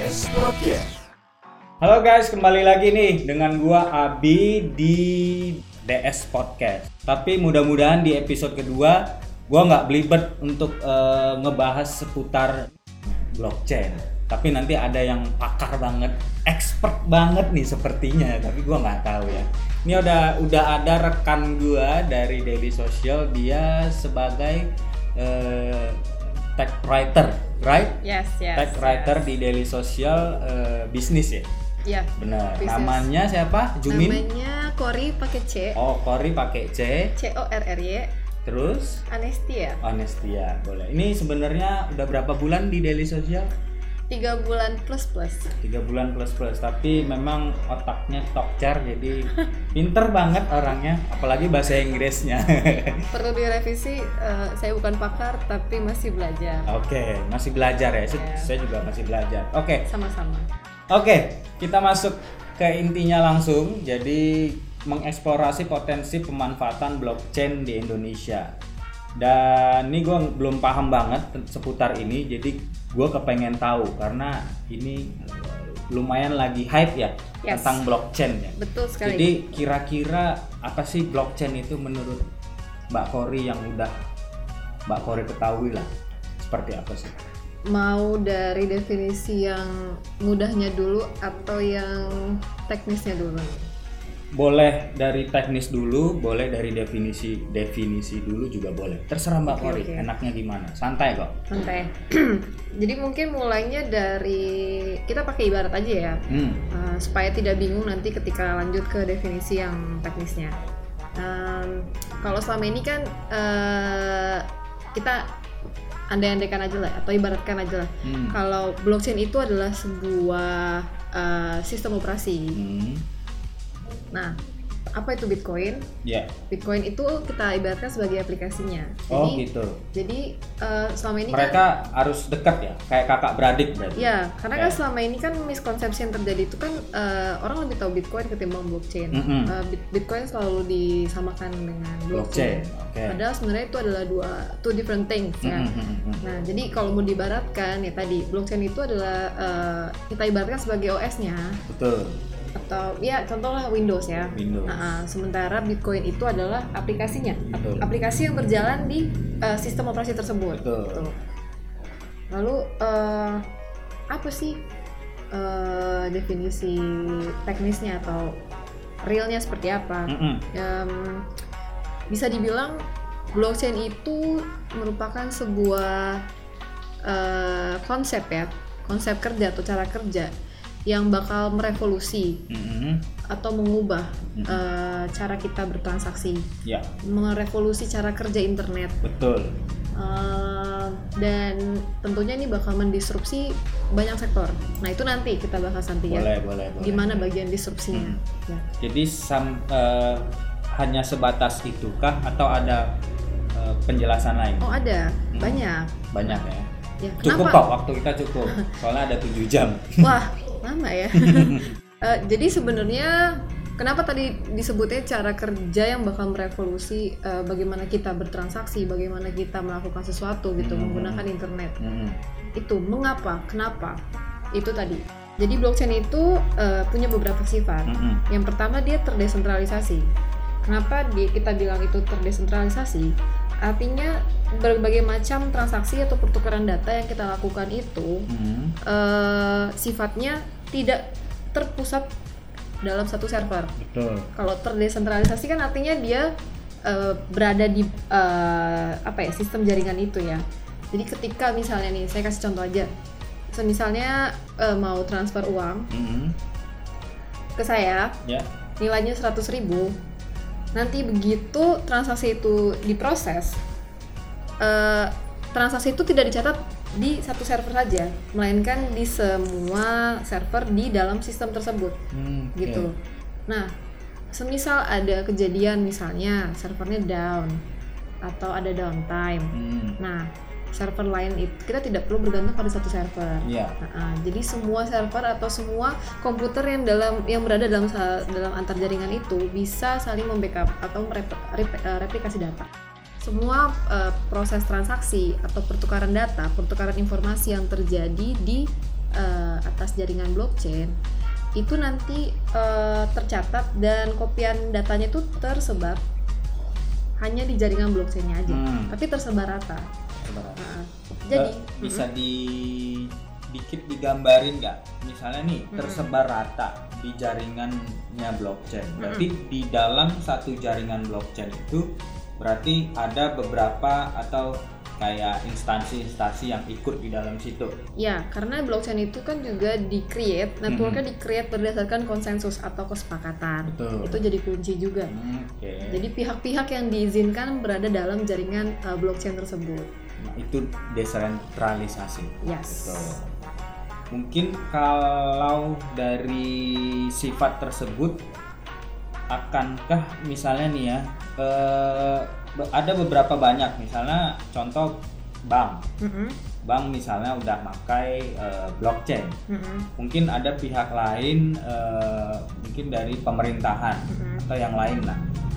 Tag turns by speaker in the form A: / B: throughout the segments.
A: DS Podcast.
B: Halo guys, kembali lagi nih dengan gua Abi di DS Podcast. Tapi mudah-mudahan di episode kedua gua nggak belibet untuk ngebahas seputar blockchain. Tapi nanti ada yang pakar banget, expert banget nih sepertinya. Tapi gua nggak tahu ya. Ini udah ada rekan gua dari Daily Social, dia sebagai tech writer, right?
C: Yes.
B: Tech writer di Daily Social bisnis ya.
C: Iya.
B: Benar.
C: Business.
B: Namanya siapa? Jumin.
C: Namanya Cory pakai C.
B: Oh, Cory pakai C.
C: CORRY.
B: Terus
C: Anestia.
B: Anestia, boleh. Ini sebenarnya udah berapa bulan di Daily Social?
C: 3 bulan plus.
B: 3 bulan plus. Tapi memang otaknya tokcer, jadi pinter banget orangnya, apalagi bahasa Inggrisnya.
C: Perlu direvisi, saya bukan pakar tapi masih belajar.
B: Oke, masih belajar ya. Saya juga masih belajar. Oke.
C: Sama-sama.
B: Oke, kita masuk ke intinya langsung. Jadi mengeksplorasi potensi pemanfaatan blockchain di Indonesia. Dan ini gue belum paham banget seputar ini, jadi gue kepengen tahu karena ini lumayan lagi hype ya.
C: Yes.
B: Tentang blockchain ya.
C: Betul sekali.
B: Jadi kira-kira apa sih blockchain itu menurut Mbak Cory yang udah Mbak Cory ketahui lah, seperti apa sih?
C: Mau dari definisi yang mudahnya dulu atau yang teknisnya dulu?
B: Boleh dari teknis dulu, boleh dari definisi dulu juga boleh. Terserah Mbak Cory,
C: Oke.
B: enaknya gimana? Santai kok.
C: Santai. Jadi mungkin mulainya dari kita pakai ibarat aja ya, supaya tidak bingung nanti ketika lanjut ke definisi yang teknisnya. Kalau selama ini kan kita andai-andaikan aja lah atau ibaratkan aja lah. Kalau blockchain itu adalah sebuah sistem operasi. Nah, apa itu Bitcoin?
B: Ya.
C: Bitcoin itu kita ibaratkan sebagai aplikasinya.
B: Oh gitu.
C: Jadi selama ini
B: Mereka harus dekat ya, kayak kakak beradik berarti.
C: ya, karena kan
B: Ya.
C: selama ini kan miskonsepsi yang terjadi itu kan orang lebih tahu Bitcoin ketimbang blockchain. Bitcoin selalu disamakan dengan blockchain.
B: Oke.
C: Padahal sebenarnya itu adalah two different things ya. Nah, jadi kalau mau diibaratkan ya tadi blockchain itu adalah kita ibaratkan sebagai OS-nya
B: Betul.
C: atau ya contohlah Windows ya.
B: Windows.
C: Sementara Bitcoin itu adalah aplikasinya,
B: Betul.
C: aplikasi yang berjalan di sistem operasi tersebut.
B: Betul.
C: Gitu. Lalu apa sih definisi teknisnya atau realnya seperti apa? Bisa dibilang blockchain itu merupakan sebuah konsep kerja atau cara kerja yang bakal merevolusi atau mengubah cara kita bertransaksi,
B: Ya.
C: merevolusi cara kerja internet.
B: Betul.
C: Dan tentunya ini bakal mendisrupsi banyak sektor. Nah itu nanti kita bahas nanti ya.
B: Boleh.
C: Gimana bagian disrupsinya? Ya.
B: Jadi hanya sebatas itukah atau ada penjelasan lain?
C: Oh ada, banyak.
B: Banyak ya.
C: Ya,
B: Cukup
C: kenapa?
B: kok, waktu kita cukup. Soalnya ada 7 jam.
C: Wah, lama ya. Jadi sebenarnya kenapa tadi disebutnya cara kerja yang bakal merevolusi bagaimana kita bertransaksi, bagaimana kita melakukan sesuatu gitu menggunakan internet. Itu mengapa? Kenapa? Itu tadi. Jadi blockchain itu punya beberapa sifat. Yang pertama dia terdesentralisasi. Kenapa kita bilang itu terdesentralisasi? Artinya berbagai macam transaksi atau pertukaran data yang kita lakukan itu sifatnya tidak terpusat dalam satu server.
B: Betul.
C: Kalau terdesentralisasi kan artinya dia berada di sistem jaringan itu ya. Jadi ketika misalnya nih saya kasih contoh aja, misalnya mau transfer uang ke saya,
B: Ya.
C: nilainya 100.000. Nanti begitu transaksi itu diproses, transaksi itu tidak dicatat di satu server saja, melainkan di semua server di dalam sistem tersebut, gitu. Nah, semisal ada kejadian misalnya servernya down atau ada downtime, nah server lain itu kita tidak perlu bergantung pada satu server.
B: Iya.
C: Jadi semua server atau semua komputer yang berada dalam antar jaringan itu bisa saling membackup atau replikasi data. Semua proses transaksi atau pertukaran data, pertukaran informasi yang terjadi di atas jaringan blockchain itu nanti tercatat dan kopian datanya itu tersebar hanya di jaringan blockchainnya aja, tapi tersebar rata. Jadi
B: bisa dikit digambarin nggak? Misalnya nih tersebar rata di jaringannya blockchain. Berarti di dalam satu jaringan blockchain itu berarti ada beberapa atau kayak instansi-instansi yang ikut di dalam situ.
C: Ya, karena blockchain itu kan juga di-create, networknya di-create berdasarkan konsensus atau kesepakatan.
B: Betul.
C: Itu jadi kunci juga. Jadi pihak-pihak yang diizinkan berada dalam jaringan blockchain tersebut.
B: Nah, itu desentralisasi.
C: Yes.
B: Betul. Mungkin kalau dari sifat tersebut, akankah misalnya nih ya, ada beberapa banyak, misalnya contoh bank. Bank misalnya udah pakai blockchain. Mungkin ada pihak lain, mungkin dari pemerintahan atau yang lain lah.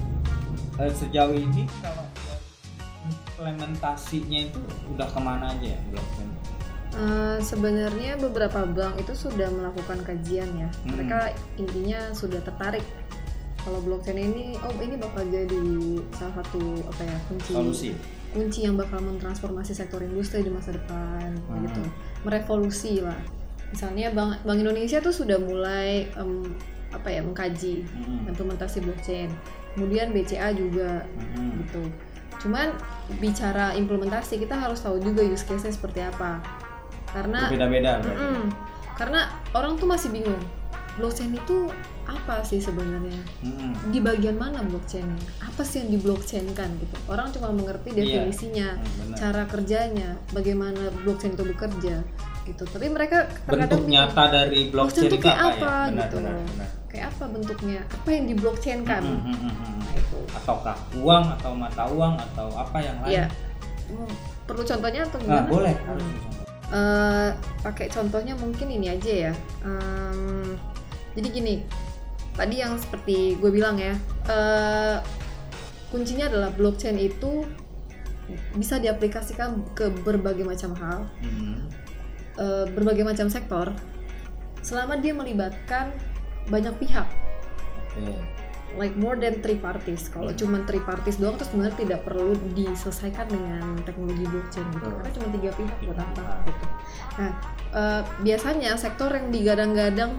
B: Sejauh ini kalau implementasinya itu udah kemana aja ya blockchain?
C: Sebenarnya beberapa bank itu sudah melakukan kajian ya. Mereka intinya sudah tertarik kalau blockchain ini bakal jadi salah satu kunci yang bakal mentransformasi sektor industri di masa depan gitu, merevolusi lah. Misalnya Bank Indonesia tuh sudah mulai mengkaji implementasi blockchain, kemudian BCA juga gitu. Cuman bicara implementasi kita harus tahu juga use case-nya seperti apa, karena
B: beda-beda.
C: Karena orang tuh masih bingung blockchain itu apa sih sebenarnya, di bagian mana blockchainnya, apa sih yang di blockchain-kan gitu. Orang cuma mengerti definisinya, cara kerjanya, bagaimana blockchain itu bekerja gitu. Tapi mereka
B: bentuk nyata dari blockchain itu
C: kayak apa
B: ya?
C: gitu. Kayak apa bentuknya, apa yang di blockchain-kan. Nah, itu.
B: Ataukah uang atau mata uang atau apa yang lain?
C: Iya. Perlu contohnya atau gimana?
B: Boleh.
C: Pakai contohnya mungkin ini aja ya. Jadi gini, tadi yang seperti gue bilang ya, kuncinya adalah blockchain itu bisa diaplikasikan ke berbagai macam hal, berbagai macam sektor, selama dia melibatkan banyak pihak, like more than 3 parties. Kalau cuma 3 parties doang, terus sebenarnya tidak perlu diselesaikan dengan teknologi blockchain gitu, karena cuma 3 pihak buat apa gitu. Nah, biasanya sektor yang digadang-gadang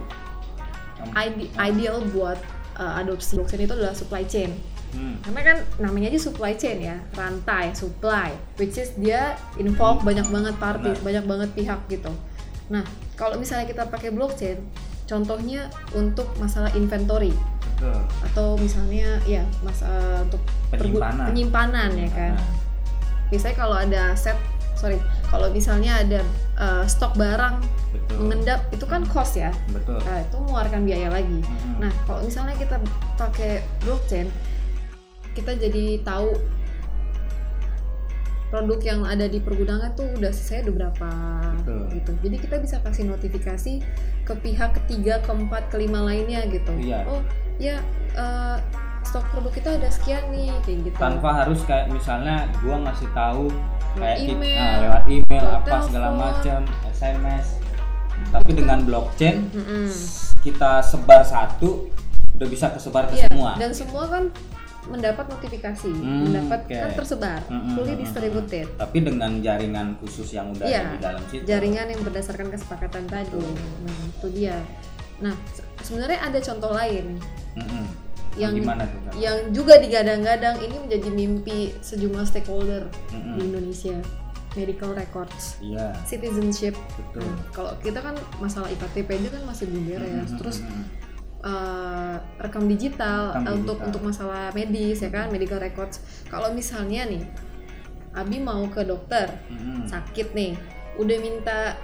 C: ideal buat adopsi blockchain itu adalah supply chain. Karena kan namanya aja supply chain ya, rantai supply, which is dia involve banyak banget parties, banyak banget pihak gitu. Nah, kalau misalnya kita pakai blockchain, contohnya untuk masalah inventory, atau misalnya ya untuk penyimpanan ya kan. Biasanya kalau ada kalau misalnya ada stok barang mengendap, itu kan cost ya. Nah, itu mengeluarkan biaya lagi. Nah, kalau misalnya kita pakai blockchain, kita jadi tahu produk yang ada di pergudangan tuh udah selesai udah berapa gitu. Jadi kita bisa kasih notifikasi ke pihak ketiga, keempat, kelima lainnya gitu. Oh ya, stok produk kita ada sekian nih, kayak gitu.
B: Tanpa harus kayak misalnya gua ngasih tahu kayak
C: lewat
B: email apa segala macam, SMS. Tapi dengan blockchain kita sebar satu udah bisa kesebar ke semua.
C: Dan semua kan mendapat notifikasi, kan tersebar, fully distributed.
B: Tapi dengan jaringan khusus yang udah ada di dalam situ.
C: Jaringan yang berdasarkan kesepakatan tadi. Nah, itu dia. Nah, sebenarnya ada contoh lain. Yang juga digadang-gadang ini menjadi mimpi sejumlah stakeholder di Indonesia, medical records, citizenship. Kalau kita kan masalah iktp aja kan masih belum beres, terus rekam digital untuk masalah medis ya kan, medical records. Kalau misalnya nih Abi mau ke dokter, sakit nih, udah minta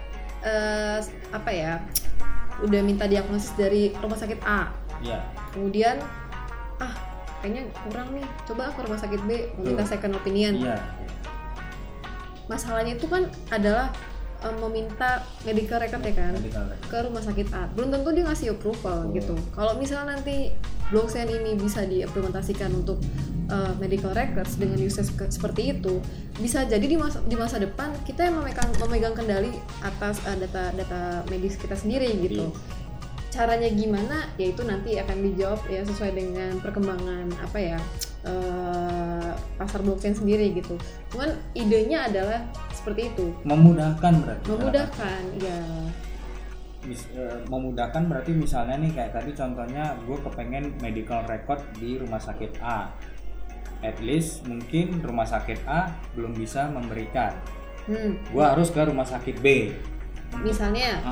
C: udah minta diagnosis dari rumah sakit A, kemudian kayaknya kurang nih, coba ke rumah sakit B, meminta second opinion. Masalahnya itu kan adalah meminta medical record ya kan, ke rumah sakit A. Belum tentu dia ngasih approval gitu. Kalau misalnya nanti blockchain ini bisa diimplementasikan untuk medical records dengan usage seperti itu, bisa jadi di masa depan kita yang memegang kendali atas data medis kita sendiri gitu. Caranya gimana? Ya itu nanti akan dijawab ya sesuai dengan perkembangan pasar blockchain sendiri gitu. Cuman idenya adalah seperti itu.
B: Memudahkan berarti.
C: Memudahkan, ya.
B: Memudahkan berarti misalnya nih kayak tadi contohnya gue kepengen medical record di rumah sakit A. At least mungkin rumah sakit A belum bisa memberikan. Gue harus ke rumah sakit B.
C: Misalnya,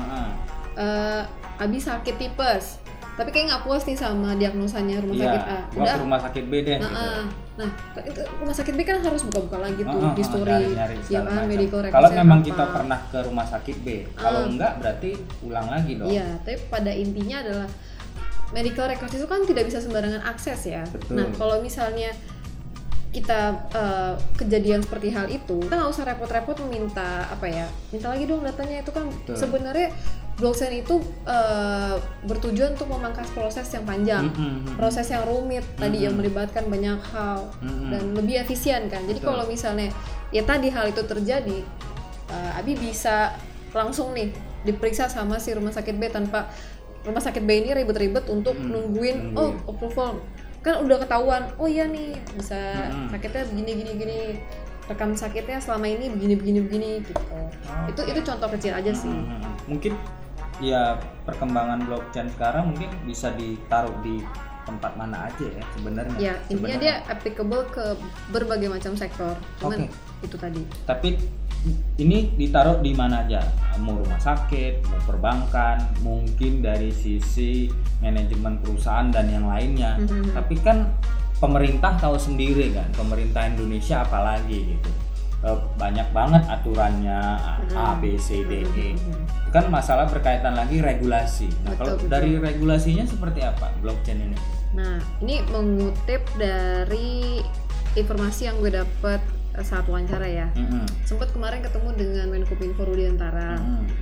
C: Abi sakit tipes, tapi kayak nggak puas nih sama diagnosanya rumah sakit A.
B: Gue ke rumah sakit B deh. Gitu.
C: Nah, rumah sakit B kan harus buka-buka lagi tuh di story, ya kan, medical record.
B: Kalau memang kita pernah ke rumah sakit B, kalau enggak berarti ulang lagi dong.
C: Iya, tapi pada intinya adalah medical record itu kan tidak bisa sembarangan akses ya.
B: Betul.
C: Nah, kalau misalnya kita kejadian seperti hal itu, kita nggak usah repot-repot minta lagi dong datanya. Itu kan sebenarnya blockchain itu bertujuan untuk memangkas proses yang panjang, proses yang rumit tadi yang melibatkan banyak hal dan lebih efisien kan. Jadi kalau misalnya ya tadi hal itu terjadi, Abi bisa langsung nih diperiksa sama si rumah sakit B tanpa rumah sakit B ini ribet-ribet untuk nungguin approval. Kan udah ketahuan, oh iya nih bisa sakitnya begini, rekam sakitnya selama ini begini gitu. Itu contoh kecil aja sih.
B: Mungkin ya perkembangan blockchain sekarang mungkin bisa ditaruh di tempat mana aja ya sebenarnya.
C: Ya, intinya dia applicable ke berbagai macam sektor. Cuman itu tadi. Tapi
B: ini ditaruh di mana aja? Mau rumah sakit, mau perbankan, mungkin dari sisi manajemen perusahaan dan yang lainnya. Tapi kan pemerintah tahu sendiri kan, pemerintah Indonesia apalagi gitu. Banyak banget aturannya A, B, C, D, E. Itu kan masalah berkaitan lagi regulasi. Nah, kalau dari regulasinya seperti apa blockchain ini?
C: Nah, ini mengutip dari informasi yang gue dapat saat wawancara ya. Sempat kemarin ketemu dengan Menkominfo Rudiantara.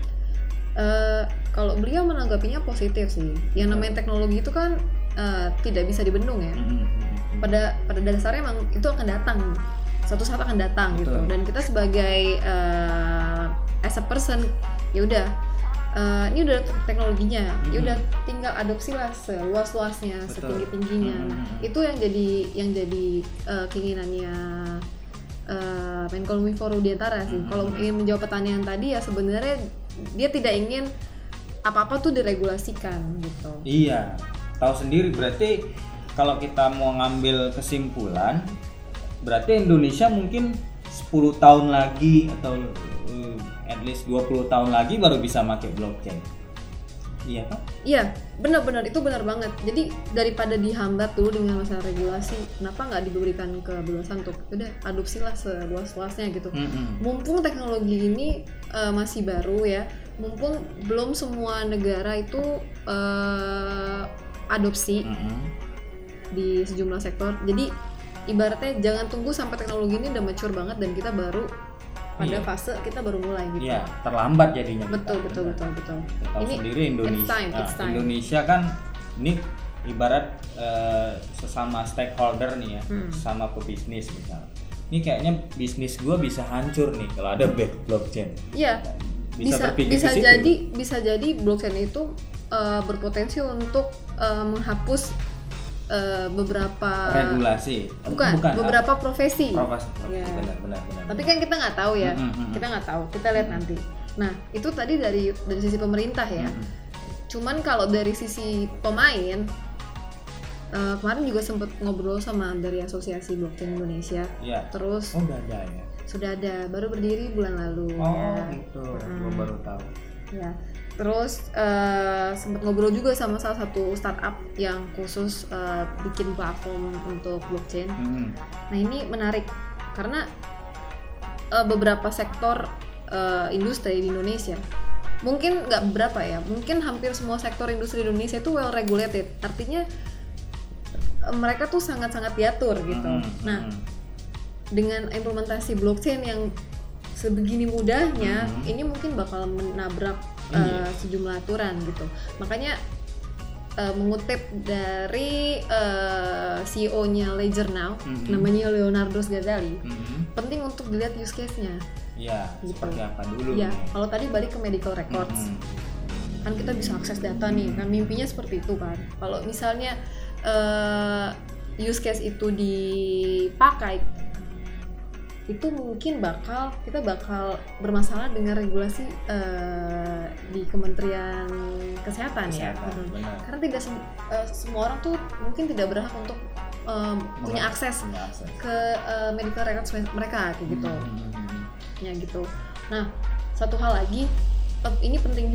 C: Kalau beliau menanggapinya positif sih. Yang namanya teknologi itu kan tidak bisa dibendung ya. Pada dasarnya emang itu akan datang. Suatu saat akan datang. Betul. Gitu. Dan kita sebagai as a person, ya udah ini udah teknologinya, ya udah tinggal adopsilah seluas-luasnya, setinggi-tingginya. Nah, itu yang jadi keinginannya Menkominfo Rudiantara sih. Kalau ingin menjawab pertanyaan tadi ya sebenarnya dia tidak ingin apa-apa tuh diregulasikan gitu.
B: Iya, tahu sendiri berarti kalau kita mau ngambil kesimpulan berarti Indonesia mungkin 10 tahun lagi atau at least 20 tahun lagi baru bisa pakai blockchain. Iya kan?
C: Iya, benar-benar itu benar banget. Jadi daripada dihambat dulu dengan masalah regulasi, kenapa nggak diberikan kebebasan untuk udah adopsilah seluas-luasnya gitu. Mumpung teknologi ini masih baru ya, mumpung belum semua negara itu adopsi di sejumlah sektor. Jadi ibaratnya jangan tunggu sampai teknologi ini udah mature banget dan kita baru pada fase kita baru mulai gitu.
B: Iya, terlambat jadinya.
C: Betul.
B: Tahu
C: Ini
B: sendiri Indonesia.
C: It's time.
B: Indonesia kan ini ibarat sesama stakeholder nih ya, sama pebisnis misalnya. Ini kayaknya bisnis gue bisa hancur nih kalau ada blockchain.
C: Iya. Bisa jadi blockchain itu berpotensi untuk menghapus beberapa
B: regulasi,
C: bukan beberapa profesi.
B: Ya. Benar.
C: Tapi kan kita nggak tahu ya, kita nggak tahu, kita lihat nanti. Nah itu tadi dari sisi pemerintah ya. Cuman kalau dari sisi pemain, kemarin juga sempat ngobrol sama dari Asosiasi Blockchain Indonesia.
B: Ya.
C: Terus
B: udah ada ya?
C: Sudah ada, baru berdiri bulan lalu.
B: Gitu, gue baru tahu.
C: Ya. Terus sempat ngobrol juga sama salah satu startup yang khusus bikin platform untuk blockchain. Nah ini menarik karena beberapa sektor industri di Indonesia, mungkin nggak beberapa ya, mungkin hampir semua sektor industri di Indonesia itu well regulated. Artinya mereka tuh sangat-sangat diatur gitu. Nah dengan implementasi blockchain yang sebegini mudahnya, ini mungkin bakal menabrak sejumlah aturan gitu. Makanya mengutip dari CEO-nya Ledger Now, namanya Leonardo Sgazzali. Penting untuk dilihat use case-nya.
B: Ya,
C: Gitu.
B: seperti apa dulu
C: Ya,
B: nih?
C: kalau tadi balik ke medical records, kan kita bisa akses data nih, kan mimpinya seperti itu kan. Kalau misalnya use case itu dipakai, itu mungkin kita bakal bermasalah dengan regulasi di Kementerian Kesehatan ya.
B: Benar.
C: Karena tidak semua orang tuh mungkin tidak berhak untuk punya akses ke medical records mereka kayak gitu. Ya gitu. Nah, satu hal lagi, ini penting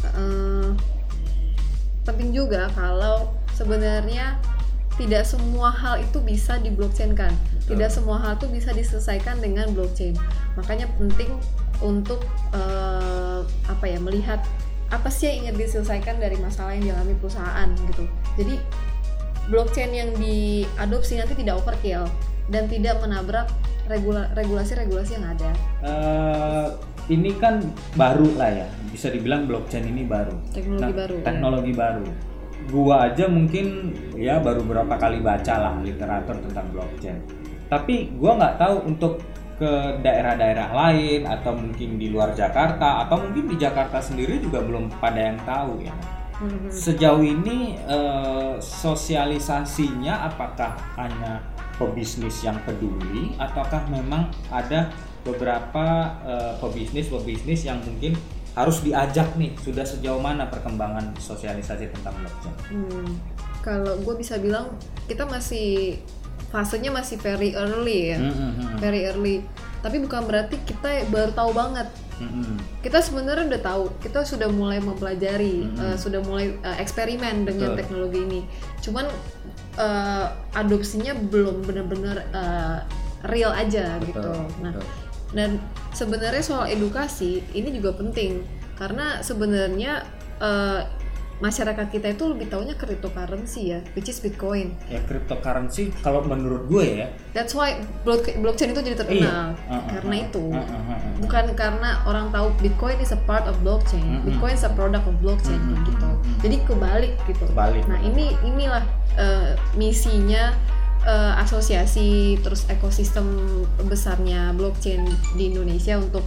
C: juga kalau sebenarnya tidak semua hal itu bisa di blockchain-kan. Tidak semua hal itu bisa diselesaikan dengan blockchain. Makanya penting untuk melihat apa sih yang ingin diselesaikan dari masalah yang dialami perusahaan gitu. Jadi blockchain yang diadopsi nanti tidak overkill dan tidak menabrak regulasi-regulasi yang ada.
B: Ini kan baru lah ya, bisa dibilang blockchain ini baru. Teknologi baru. Gua aja mungkin ya baru berapa kali baca lah literatur tentang blockchain. Tapi gua nggak tahu untuk ke daerah-daerah lain atau mungkin di luar Jakarta atau mungkin di Jakarta sendiri juga belum pada yang tahu ya. Sejauh ini sosialisasinya apakah hanya pebisnis yang peduli ataukah memang ada beberapa pebisnis yang mungkin harus diajak nih, sudah sejauh mana perkembangan sosialisasi tentang blockchain?
C: Kalau gue bisa bilang kita fasenya masih very early ya, very early. Tapi bukan berarti kita baru tahu banget. Kita sebenarnya udah tahu, kita sudah mulai mempelajari, sudah mulai eksperimen dengan teknologi ini. Cuman adopsinya belum benar-benar real aja gitu. Nah, dan sebenarnya soal edukasi ini juga penting karena sebenarnya masyarakat kita itu lebih taunya cryptocurrency ya, which is Bitcoin.
B: Ya, cryptocurrency kalau menurut gue ya.
C: That's why blockchain itu jadi terkenal karena itu. Bukan karena orang tahu Bitcoin is a part of blockchain. Bitcoin is a product of blockchain gitu. Jadi kebalik gitu. Nah, inilah misinya asosiasi terus ekosistem besarnya blockchain di Indonesia untuk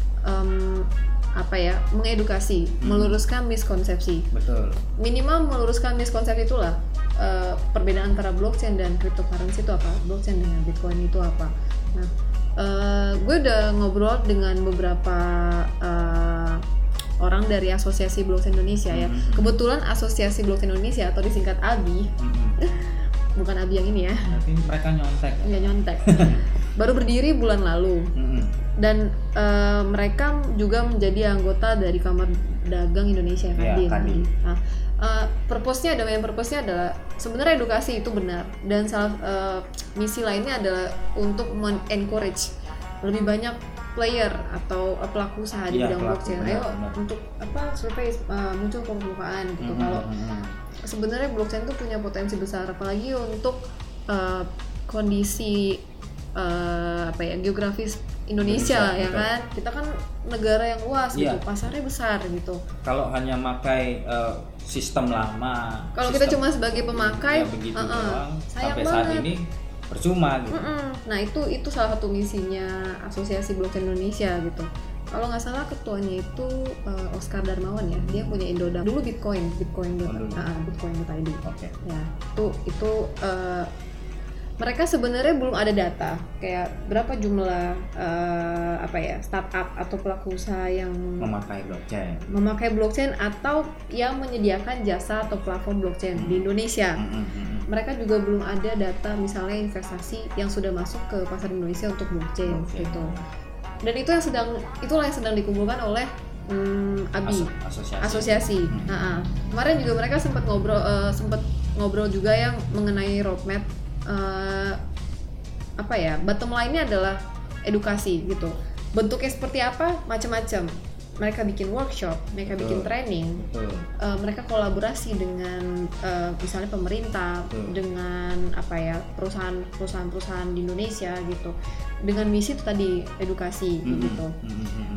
C: mengedukasi, meluruskan miskonsepsi.
B: Betul.
C: Minimal meluruskan miskonsepsi itulah perbedaan antara blockchain dan cryptocurrency itu apa, blockchain dengan Bitcoin itu apa. Nah, gue udah ngobrol dengan beberapa orang dari Asosiasi Blockchain Indonesia ya. Kebetulan Asosiasi Blockchain Indonesia atau disingkat ABI. Bukan ABI yang ini ya.
B: Nanti mereka nyontek.
C: Iya, nyontek. Baru berdiri bulan lalu. Dan mereka juga menjadi anggota dari Kamar Dagang Indonesia Kadin. Nah, purpose-nya adalah sebenarnya edukasi itu benar, dan misi lainnya adalah untuk men-encourage lebih banyak player atau pelaku usaha di bidang blockchain. Ayo untuk survei muncul ke permukaan gitu. Kalau sebenarnya blockchain itu punya potensi besar, apalagi untuk kondisi geografis Indonesia ya kan. Kita kan negara yang luas gitu, pasarnya besar gitu.
B: Kalau hanya pakai sistem lama,
C: kalau kita cuma sebagai pemakai,
B: sampai saat ini percuma gitu.
C: Nah itu salah satu misinya Asosiasi Blockchain Indonesia gitu. Kalau nggak salah ketuanya itu Oscar Darmawan ya, dia punya Indodax dulu Bitcoin.id.
B: Okay.
C: Ya itu mereka sebenarnya belum ada data kayak berapa jumlah startup atau pelaku usaha yang memakai blockchain atau yang menyediakan jasa atau platform blockchain di Indonesia. Mereka juga belum ada data misalnya investasi yang sudah masuk ke pasar Indonesia untuk blockchain gitu. Dan itulah yang sedang dikumpulkan oleh ABI, asosiasi. Kemarin juga mereka sempat ngobrol juga yang mengenai roadmap. Bottom line-nya adalah edukasi gitu. Bentuknya seperti apa? Macam-macam. Mereka bikin workshop, mereka bikin training, mereka kolaborasi dengan misalnya pemerintah, dengan perusahaan-perusahaan di Indonesia gitu, dengan misi itu tadi edukasi gitu.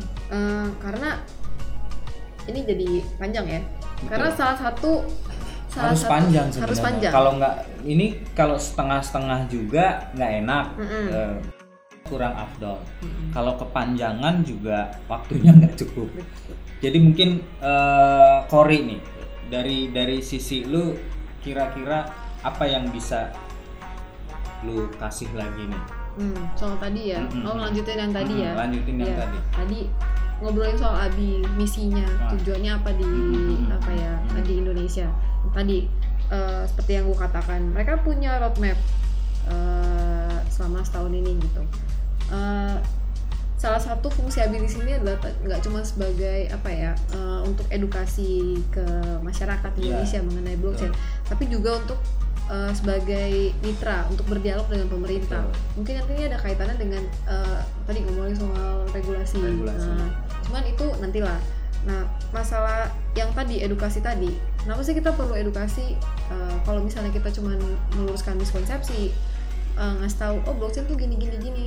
C: Karena ini jadi panjang ya. Karena salah satu
B: harus panjang sebenarnya.
C: Harus panjang.
B: Kalau nggak ini kalau setengah-setengah juga nggak enak, kurang afdol. Kalau kepanjangan juga waktunya nggak cukup. Jadi mungkin Cory nih dari sisi lu kira-kira apa yang bisa lu kasih lagi nih?
C: Soal tadi ya. Lanjutin yang tadi ya.
B: Lanjutin yang tadi.
C: Tadi ngobrolin soal ABI, misinya, tujuannya apa di di Indonesia. Tadi seperti yang gue katakan, mereka punya roadmap selama setahun ini gitu. Salah satu fungsi ABI di sini adalah nggak cuma sebagai untuk edukasi ke masyarakat Indonesia mengenai blockchain, tapi juga untuk sebagai mitra untuk berdialog dengan pemerintah. Mungkin nantinya ada kaitannya dengan tadi ngomongin soal regulasi. Cuman itu nantilah. Nah, masalah yang tadi edukasi tadi, kenapa sih kita perlu edukasi? Kalau misalnya kita cuma meluruskan miskonsepsi, ngasih tahu blockchain tuh gini.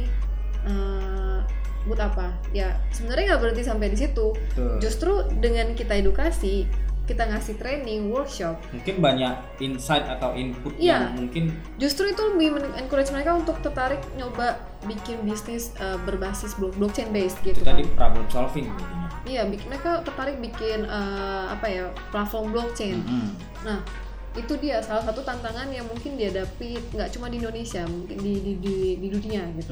C: Buat apa? Ya sebenarnya nggak berhenti sampai di situ. Justru dengan kita edukasi, kita ngasih training, workshop,
B: mungkin banyak insight atau input yang mungkin
C: justru itu lebih encourage mereka untuk tertarik nyoba bikin bisnis berbasis blockchain based gitu.
B: Itu tadi problem solving intinya.
C: Iya, mereka tertarik bikin platform blockchain. Nah, itu dia salah satu tantangan yang mungkin dihadapi nggak cuma di Indonesia, mungkin di dunia gitu.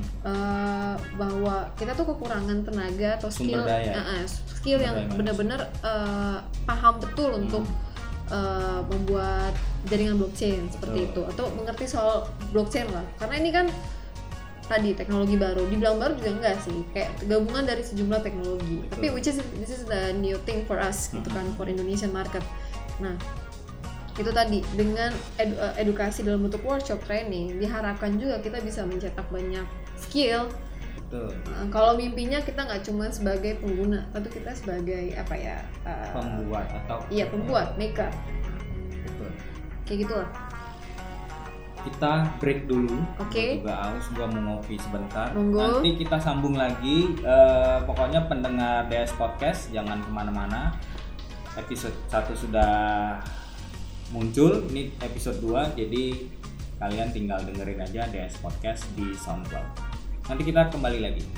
C: Bahwa kita tuh kekurangan tenaga atau skill yang benar-benar paham betul untuk membuat jaringan blockchain seperti itu, atau mengerti soal blockchain lah. Karena ini kan tadi teknologi baru, dibilang baru juga enggak sih, kayak gabungan dari sejumlah teknologi. Tapi this is the new thing for us gitu kan, for Indonesian market. Nah, itu tadi dengan edukasi dalam bentuk workshop, training, diharapkan juga kita bisa mencetak banyak skill. Kalau mimpinya kita nggak cuma sebagai pengguna, tapi kita sebagai
B: pembuat atau
C: pembuat, maker. Kayak gitulah.
B: Kita break dulu.
C: Oke.
B: Juga aus, gua mau ngopi sebentar.
C: Monggo.
B: Nanti kita sambung lagi. Pokoknya pendengar DS Podcast jangan kemana-mana. Episode 1 sudah muncul, ini episode 2, jadi kalian tinggal dengerin aja DS Podcast di SoundCloud. Nanti kita kembali lagi.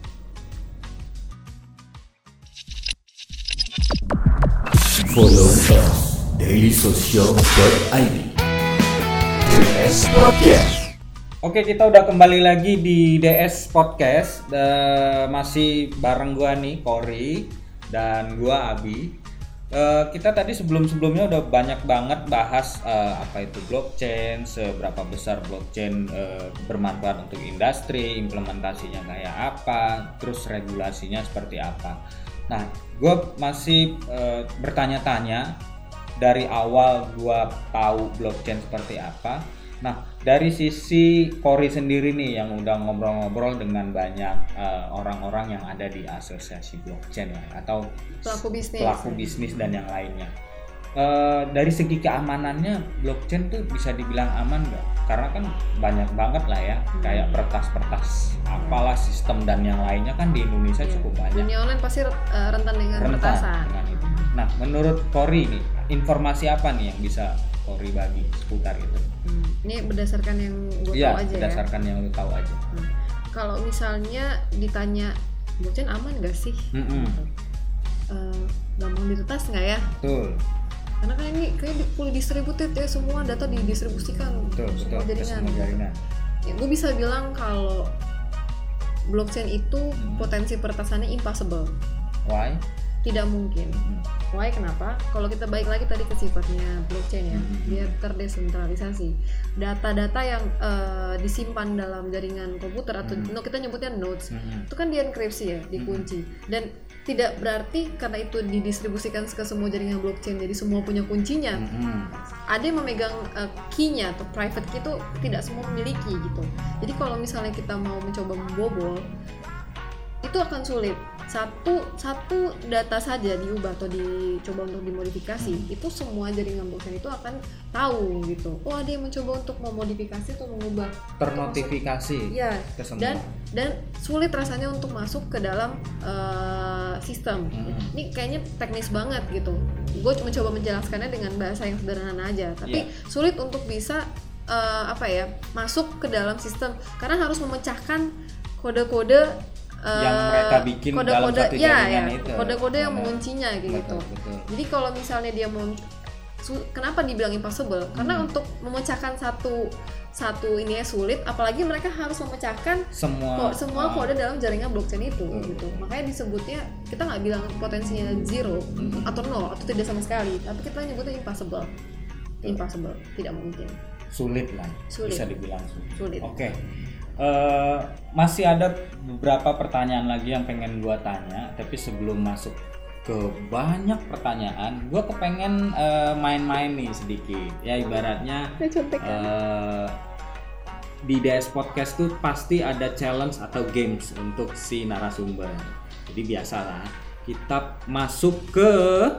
A: Follow us dailysocial.id DS Podcast.
B: Oke, kita udah kembali lagi di DS Podcast. Masih bareng gua nih, Cory, dan gua Abi. Kita tadi sebelumnya udah banyak banget bahas apa itu blockchain, seberapa besar blockchain bermanfaat untuk industri, implementasinya kayak apa, terus regulasinya seperti apa. Nah, gue masih bertanya-tanya dari awal gue tahu blockchain seperti apa. Nah, dari sisi Cory sendiri nih yang udah ngobrol-ngobrol dengan banyak orang-orang yang ada di asosiasi blockchain lah, atau pelaku bisnis dan yang lainnya. Dari segi keamanannya blockchain tuh bisa dibilang aman nggak? Karena kan banyak banget lah ya, kayak pertas-pertas apalah sistem dan yang lainnya kan di Indonesia cukup banyak.
C: Dunia online pasti rentan dengan pertasan.
B: Nah, menurut Cory nih, informasi apa nih yang bisa Cory bagi seputar itu?
C: Ini berdasarkan yang gue tahu aja
B: berdasarkan yang lu tahu aja.
C: Kalau misalnya ditanya blockchain aman gak sih? Gampang diretas nggak ya?
B: Betul.
C: Karena kan ini kayak fully distributed ya, semua data didistribusikan.
B: Betul.
C: Semua jaringan. Ya, gue bisa bilang kalau blockchain itu potensi peretasannya impossible.
B: Why?
C: Tidak mungkin. Why? Kenapa? Kalau kita balik lagi tadi ke sifatnya blockchain ya, dia terdesentralisasi. Data-data yang disimpan dalam jaringan komputer atau kita nyebutnya nodes, itu kan dienkripsi ya, dikunci. Dan tidak berarti karena itu didistribusikan ke semua jaringan blockchain, jadi semua punya kuncinya. Ada yang memegang key-nya atau private key itu tidak semua memiliki gitu. Jadi kalau misalnya kita mau mencoba membobol, itu akan sulit. Satu data saja diubah atau dicoba untuk dimodifikasi, itu semua jaringan blockchain itu akan tahu gitu. Oh, ada yang mencoba untuk memodifikasi atau mengubah,
B: ternotifikasi
C: ya,
B: ke semua.
C: dan sulit rasanya untuk masuk ke dalam sistem. Ini kayaknya teknis banget gitu. Gue mencoba menjelaskannya dengan bahasa yang sederhana aja, tapi sulit untuk bisa masuk ke dalam sistem karena harus memecahkan kode-kode
B: yang mereka bikin dalam satu jaringan itu.
C: Kode-kode yang menguncinya kayak gitu.
B: Betul.
C: Jadi kalau misalnya dia mau kenapa dibilang impossible? Karena untuk memecahkan satu ini sulit, apalagi mereka harus memecahkan semua kode dalam jaringan blockchain itu gitu. Makanya disebutnya, kita nggak bilang potensinya 0 atau 0 atau tidak sama sekali, tapi kita nyebutnya impossible, tidak mungkin.
B: Sulit lah, bisa dibilang sulit. Oke.
C: Okay.
B: Masih ada beberapa pertanyaan lagi yang pengen gua tanya, tapi sebelum masuk ke banyak pertanyaan, gua kepengen main-main nih sedikit. Ya ibaratnya di DS Podcast tuh pasti ada challenge atau games untuk si narasumber. Jadi biasalah kita masuk ke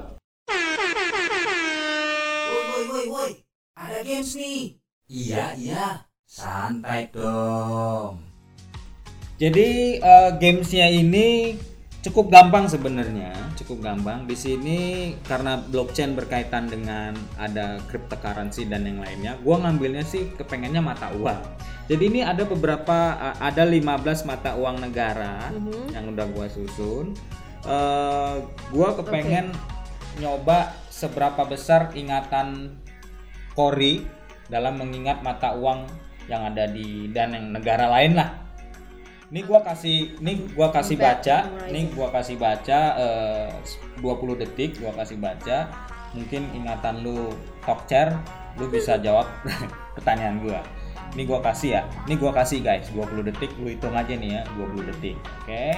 A: Woi, ada games nih. Iya, santai dong.
B: Jadi gamesnya ini cukup gampang sebenarnya, Di sini karena blockchain berkaitan dengan ada cryptocurrency dan yang lainnya, gua ngambilnya sih kepengennya mata uang. Jadi ini ada 15 mata uang negara yang udah gua susun. Gua kepengen nyoba seberapa besar ingatan Cory dalam mengingat mata uang yang ada di dan yang negara lain lah. Ini gua kasih baca 20 detik gua kasih baca. Mungkin ingatan lu talk chair, lu bisa jawab pertanyaan gua. Ini gua kasih guys 20 detik, lu hitung aja nih ya 20 detik. Oke.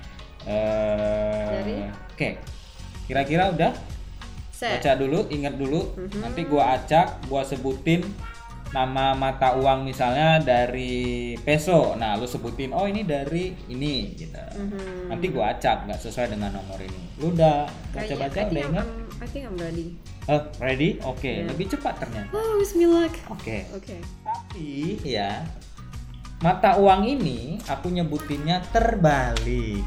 B: Oke. Kira-kira udah? Baca dulu, ingat dulu. Nanti gua acak, gua sebutin nama mata uang misalnya dari peso. Nah, lu sebutin oh ini dari ini gitu. Nanti gua acak nggak sesuai dengan nomor ini. Lu udah baca-baca udah ingat?
C: I think I'm ready.
B: Ready? Oke. Lebih cepat ternyata.
C: Oh, bismillah.
B: Oke. Tapi ya mata uang ini aku nyebutinnya terbalik.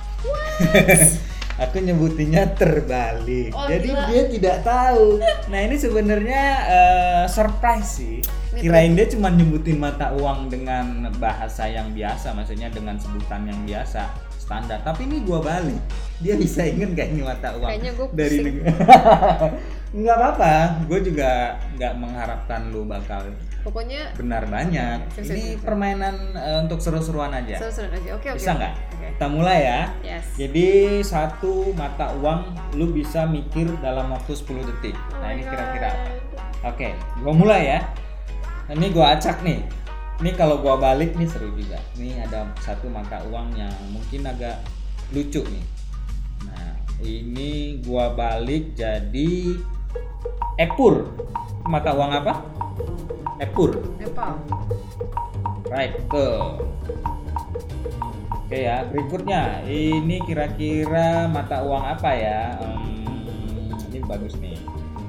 B: Aku nyebutinnya terbalik. Jadi gila. Dia tidak tahu. Nah ini sebenarnya surprise sih. Kirain dia cuma nyebutin mata uang dengan bahasa yang biasa, maksudnya dengan sebutan yang biasa standar. Tapi ini gua balik. Dia bisa inget gak ini mata uang?
C: Kayaknya gua
B: dari nggak apa-apa. Gue juga nggak mengharapkan lu bakal
C: pokoknya
B: benar banyak. Ini permainan untuk seru-seruan aja.
C: Oke.
B: Bisa nggak? Kita mulai ya.
C: Yes.
B: Jadi satu mata uang lu bisa mikir dalam waktu 10 detik. Nah ini kira-kira apa? Oke, gua mulai ya. Ini gua acak nih. Ini kalau gua balik nih seru juga. Ini ada satu mata uang yang mungkin agak lucu nih. Nah ini gua balik jadi Epur. Mata uang apa? Epur.
C: Nepal.
B: Right, tuh. Oke ya, berikutnya ini kira-kira mata uang apa ya? Ini bagus nih.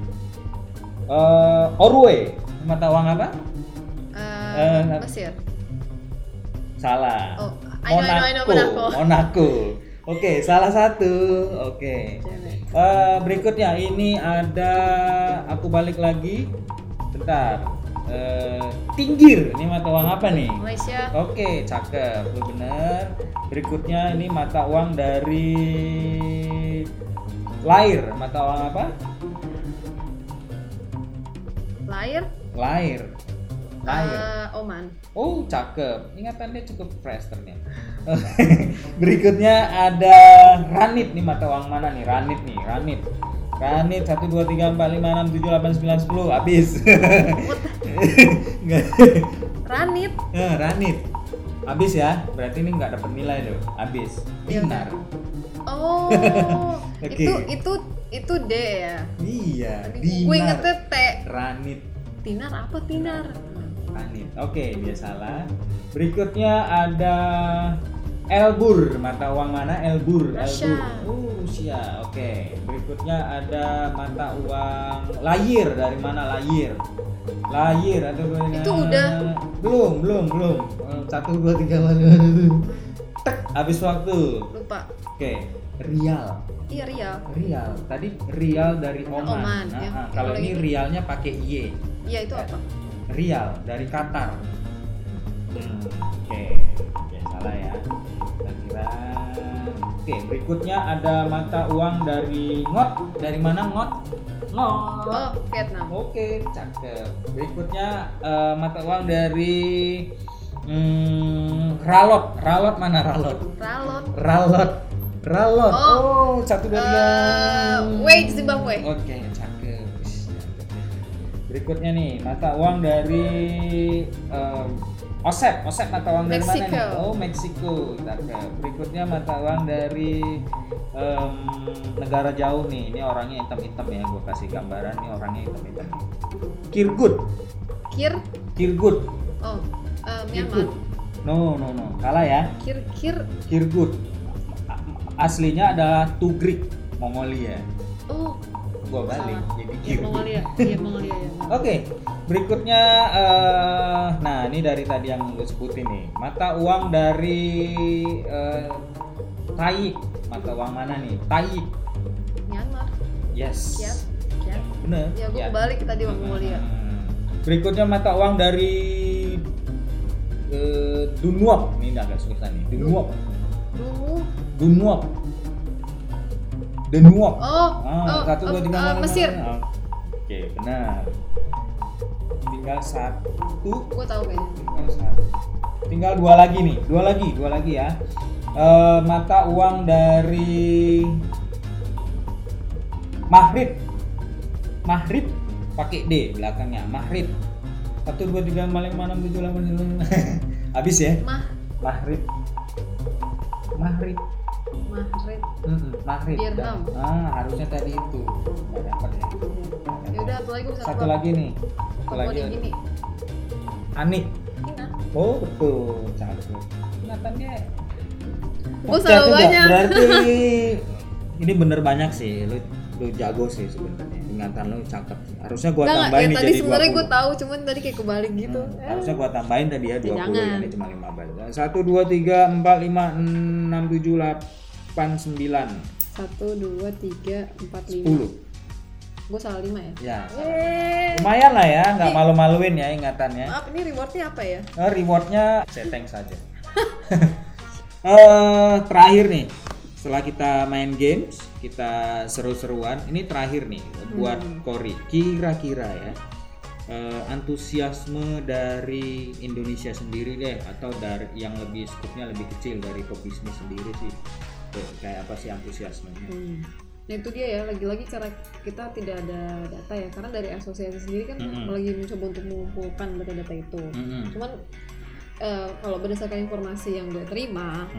B: Orwe, mata uang apa?
C: Mesir.
B: Salah.
C: Oh, I know
B: Monaco. Oke, salah satu. Oke. Berikutnya ini ada, aku balik lagi. Bentar. Tinggir, ini mata uang apa nih?
C: Malaysia.
B: Oke, cakep, lu bener. Berikutnya ini mata uang dari Lair, mata uang apa? Lair.
C: Oman.
B: Oh, cakep. Ingatannya cukup fresh ternyata. Berikutnya ada Ranit, nih mata uang mana nih? Ranit. Ranit 1 2 3 4 5 6 7 8 9 10 habis.
C: Ranit.
B: Ranit. Habis ya. Berarti ini enggak dapat nilai loh. Habis. Dinar.
C: Oh.
B: Okay.
C: Itu D ya.
B: Iya,
C: dinar. Gue ingetnya T.
B: Ranit.
C: Tinar apa tinar?
B: Ranit. Oke, dia salah. Berikutnya ada Elbur, mata uang mana? Elbur. Rusia. Oke. Berikutnya ada mata uang Lair. Dari mana Lair? Lair atau
C: itu udah
B: belum. 1 2 3 4 5 6 Habis waktu.
C: Lupa.
B: Oke, rial.
C: Iya
B: Rial. Tadi rial dari Oman.
C: Oman,
B: Nah,
C: ya.
B: kalau
C: Kalau
B: ini
C: ini-
B: rialnya pakai Y.
C: Iya itu apa?
B: Rial dari Qatar. Oke, salah ya. Kira-kira. Oke, berikutnya ada mata uang dari Ngot. Dari mana Ngot? Ngot.
C: Oh, Vietnam.
B: Oke, cakep. Berikutnya mata uang dari Ralot. Ralot mana Ralot? Ralot. Oh, 1 2 3.
C: Wait, Zimbabwe.
B: Oke, cakep. Berikutnya nih, mata uang dari Osep mata uang dari mana nih?
C: Meksiko.
B: Oh, Meksiko. Cakep. Berikutnya mata uang dari negara jauh nih. Ini orangnya hitam-hitam ya, gue kasih gambaran nih orangnya hitam-hitam. Kirgut.
C: Oh, Myanmar.
B: No. Kalah ya. Kirgut. Aslinya adalah Tugrik, Mongolia.
C: Oh,
B: Gua balik
C: salah.
B: jadi
C: Iya,
B: Kirgut.
C: Mongolia ya.
B: Oke, berikutnya nah ini dari tadi yang lu sebutin nih. Mata uang dari Taik. Mata uang mana nih? Taik.
C: Myanmar.
B: Yes.
C: Kiat.
B: Bener.
C: Ya, gue kebalik tadi Mongolia.
B: Berikutnya mata uang dari Dunwok. Ini agak susah nih. Dunwok.
C: Oh,
B: 1 2 3
C: Mesir.
B: Oke, benar. Tinggal 1.
C: Gue tahu kayaknya.
B: Tinggal 2 lagi nih. 2 lagi ya. Mata uang dari Mahrib pakai D belakangnya. Mahrib. 1 2 3 4 5 6 7 8 9. Habis ya? Mahrib.
C: Mahrib. Dirham.
B: Harusnya tadi itu. Enggak dapat ya.
C: Ya udah, satu lagi gue bisa
B: Satu
C: tebak.
B: lagi nih.
C: Papua Nugini.
B: Anik.
C: Cina.
B: Oh, betul. Cakep. Ingatannya
C: Gue
B: oke
C: salah
B: juga.
C: banyak.
B: Berarti ini bener banyak sih. Lu jago sih sebenarnya. Ingatan lu cakep. Harusnya gua
C: Enggak,
B: tambahin
C: ya
B: nih
C: tadi
B: jadi 20.
C: sebenarnya gue tahu, cuman tadi kayak kebalik gitu.
B: Harusnya gua tambahin tadi ya 20.
C: Jangan.
B: Ini cuma 15. 1 2 3 4 5 6 7 8 9
C: 1 2 3 4 5.
B: 10.
C: Gue salah 5 ya.
B: Ya. Lumayan lah ya, nggak malu-maluin ya ingatannya.
C: Maaf, ini rewardnya apa ya?
B: Rewardnya seteng saja. Terakhir nih, setelah kita main games, kita seru-seruan. Ini terakhir nih buat Kori. Kira-kira ya antusiasme dari Indonesia sendiri deh, atau dari yang lebih skupnya lebih kecil dari pebisnis sendiri sih. Kayak apa sih antusiasmenya?
C: Nah itu dia ya, lagi-lagi karena kita tidak ada data ya, karena dari asosiasi sendiri kan lagi mencoba untuk mengumpulkan data-data itu. Cuman kalau berdasarkan informasi yang gue terima,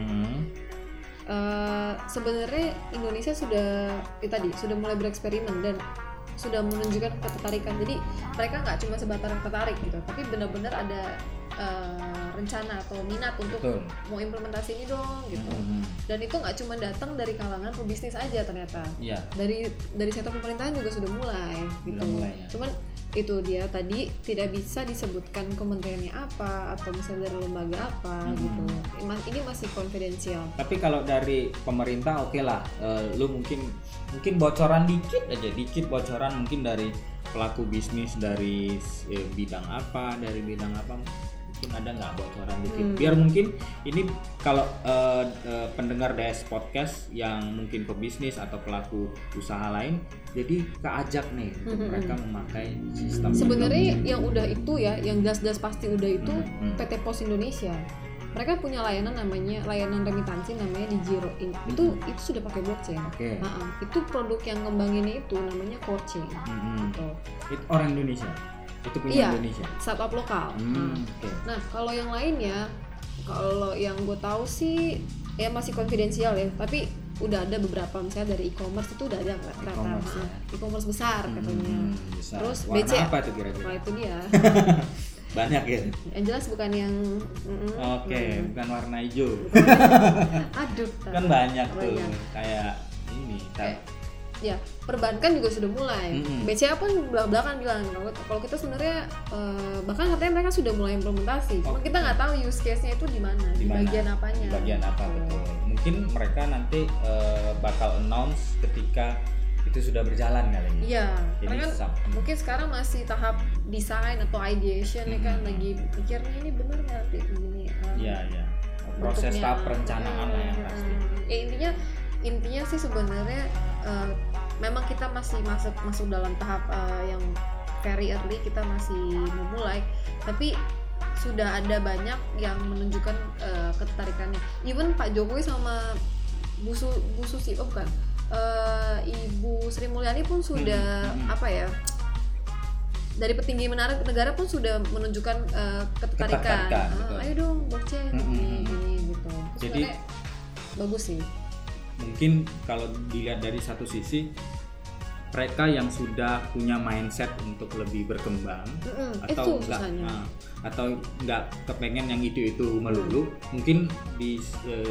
C: sebenarnya Indonesia sudah sudah mulai bereksperimen dan sudah menunjukkan ketertarikan. Jadi mereka nggak cuma sebatas tertarik gitu, tapi benar-benar ada rencana atau minat untuk mau implementasi ini dong gitu. Dan itu nggak cuma datang dari kalangan pebisnis aja ternyata.
B: Iya.
C: Dari sektor pemerintahan juga sudah mulai gitu.
B: Ya.
C: Cuman itu dia tadi tidak bisa disebutkan kementeriannya apa atau misalnya dari lembaga apa gitu. Ini masih konfidensial.
B: Tapi kalau dari pemerintah oke lah, lu mungkin bocoran dikit bocoran mungkin dari pelaku bisnis dari bidang apa mungkin ada nggak bocoran dikit biar mungkin ini kalau pendengar DS Podcast yang mungkin pebisnis atau pelaku usaha lain jadi keajak nih untuk mereka memakai sistem
C: sebenarnya yang udah itu ya, yang jelas-jelas pasti udah itu PT Pos Indonesia. Mereka punya layanan remitansi namanya Digiro. Itu sudah pakai blockchain. Itu produk yang ngembanginnya itu namanya Core Chain. Gitu.
B: Itu orang Indonesia. Itu punya Indonesia.
C: Startup lokal. Nah, kalau yang lainnya, kalau yang gue tahu sih ya masih konfidensial ya, tapi udah ada beberapa misalnya dari e-commerce itu udah ada e-commerce besar katanya.
B: Besar.
C: Terus
B: warna
C: BC
B: apa tuh kira-kira?
C: Nah, itu dia.
B: Banyak ya.
C: Yang jelas bukan yang
B: bukan warna hijau.
C: Aduh.
B: Kan banyak tuh kayak ini
C: Ya, perbankan juga sudah mulai. BCA pun belak-belakan bilang kalau kita sebenarnya bahkan katanya mereka sudah mulai implementasi. Cuma kita nggak tahu use case-nya itu di mana, di bagian apanya.
B: Di bagian apa betul. Mungkin mereka nanti bakal announce ketika itu sudah berjalan kali ini.
C: Iya, karena kan mungkin sekarang masih tahap desain atau ideation ya kan, lagi pikirnya ini benar nggak begini.
B: Iya. Proses tahap perencanaan lah yang pasti.
C: Intinya sih sebenarnya memang kita masih masuk dalam tahap yang very early, kita masih memulai, tapi sudah ada banyak yang menunjukkan ketertarikannya. Even Pak Jokowi sama Bu Susi, Ibu Sri Mulyani pun sudah dari petinggi negara pun sudah menunjukkan ketertarikan. Ayo dong blockchain gini gitu.
B: Jadi
C: bagus sih.
B: Mungkin kalau dilihat dari satu sisi, mereka yang sudah punya mindset untuk lebih berkembang atau nggak kepengen yang itu melulu, mungkin di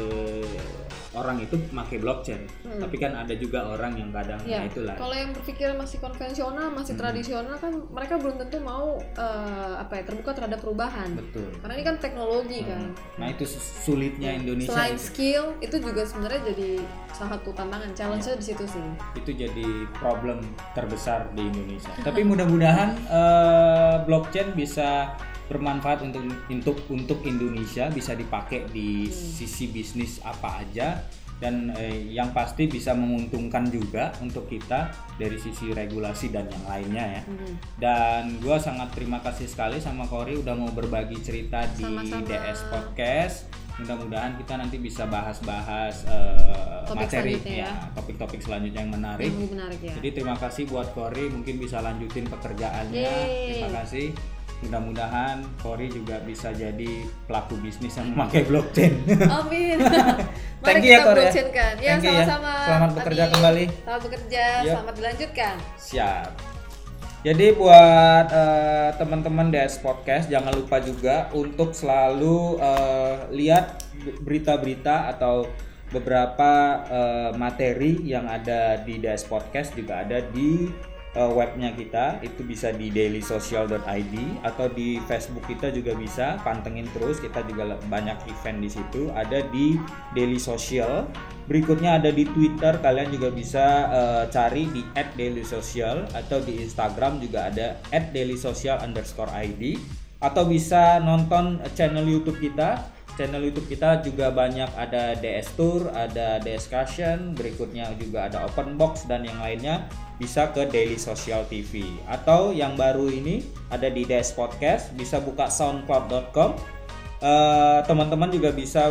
B: orang itu pakai blockchain, tapi kan ada juga orang yang kadang itulah.
C: Kalau yang berpikir masih konvensional, masih tradisional kan mereka belum tentu mau terbuka terhadap perubahan.
B: Betul.
C: Karena ini kan teknologi kan.
B: Nah itu sulitnya Indonesia.
C: Selain skill, itu juga sebenarnya jadi salah satu tantangan, challenge-nya di situ sih.
B: Itu jadi problem terbesar di Indonesia. Tapi mudah-mudahan blockchain bisa bermanfaat untuk Indonesia, bisa dipakai di sisi bisnis apa aja, dan yang pasti bisa menguntungkan juga untuk kita dari sisi regulasi dan yang lainnya ya. Dan gue sangat terima kasih sekali sama Kori udah mau berbagi cerita di DS Podcast. Mudah-mudahan kita nanti bisa bahas-bahas materi topik-topik selanjutnya yang menarik. Ya. Jadi terima kasih buat Kori, mungkin bisa lanjutin pekerjaannya. Terima kasih. Mudah-mudahan Kori juga bisa jadi pelaku bisnis yang memakai blockchain.
C: Amin.
B: Mari
C: kita blockchain-kan. Ya, sama-sama.
B: Selamat bekerja kembali.
C: Selamat bekerja, selamat dilanjutkan.
B: Siap. Jadi buat teman-teman DS Podcast, jangan lupa juga untuk selalu lihat berita-berita atau beberapa materi yang ada di DS Podcast, juga ada di webnya kita, itu bisa di dailysocial.id atau di Facebook kita juga bisa, pantengin terus, kita juga banyak event di situ, ada di Daily Social. Berikutnya ada di Twitter, kalian juga bisa cari di @dailysocial, atau di Instagram juga ada @dailysocial_id, atau bisa nonton channel YouTube kita. Channel YouTube kita juga banyak, ada DS Tour, ada DS Discussion, berikutnya juga ada Open Box dan yang lainnya, bisa ke Daily Social TV. Atau yang baru ini ada di DS Podcast, bisa buka soundcloud.com. Teman-teman juga bisa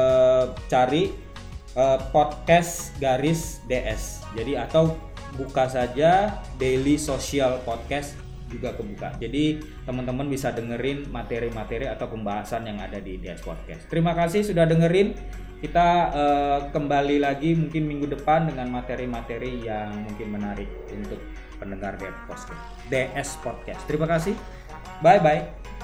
B: cari podcast garis DS. Jadi atau buka saja Daily Social Podcast juga kebuka. Jadi teman-teman bisa dengerin materi-materi atau pembahasan yang ada di DS Podcast. Terima kasih sudah dengerin. Kita kembali lagi mungkin minggu depan dengan materi-materi yang mungkin menarik untuk pendengar DS Podcast. Terima kasih. Bye bye.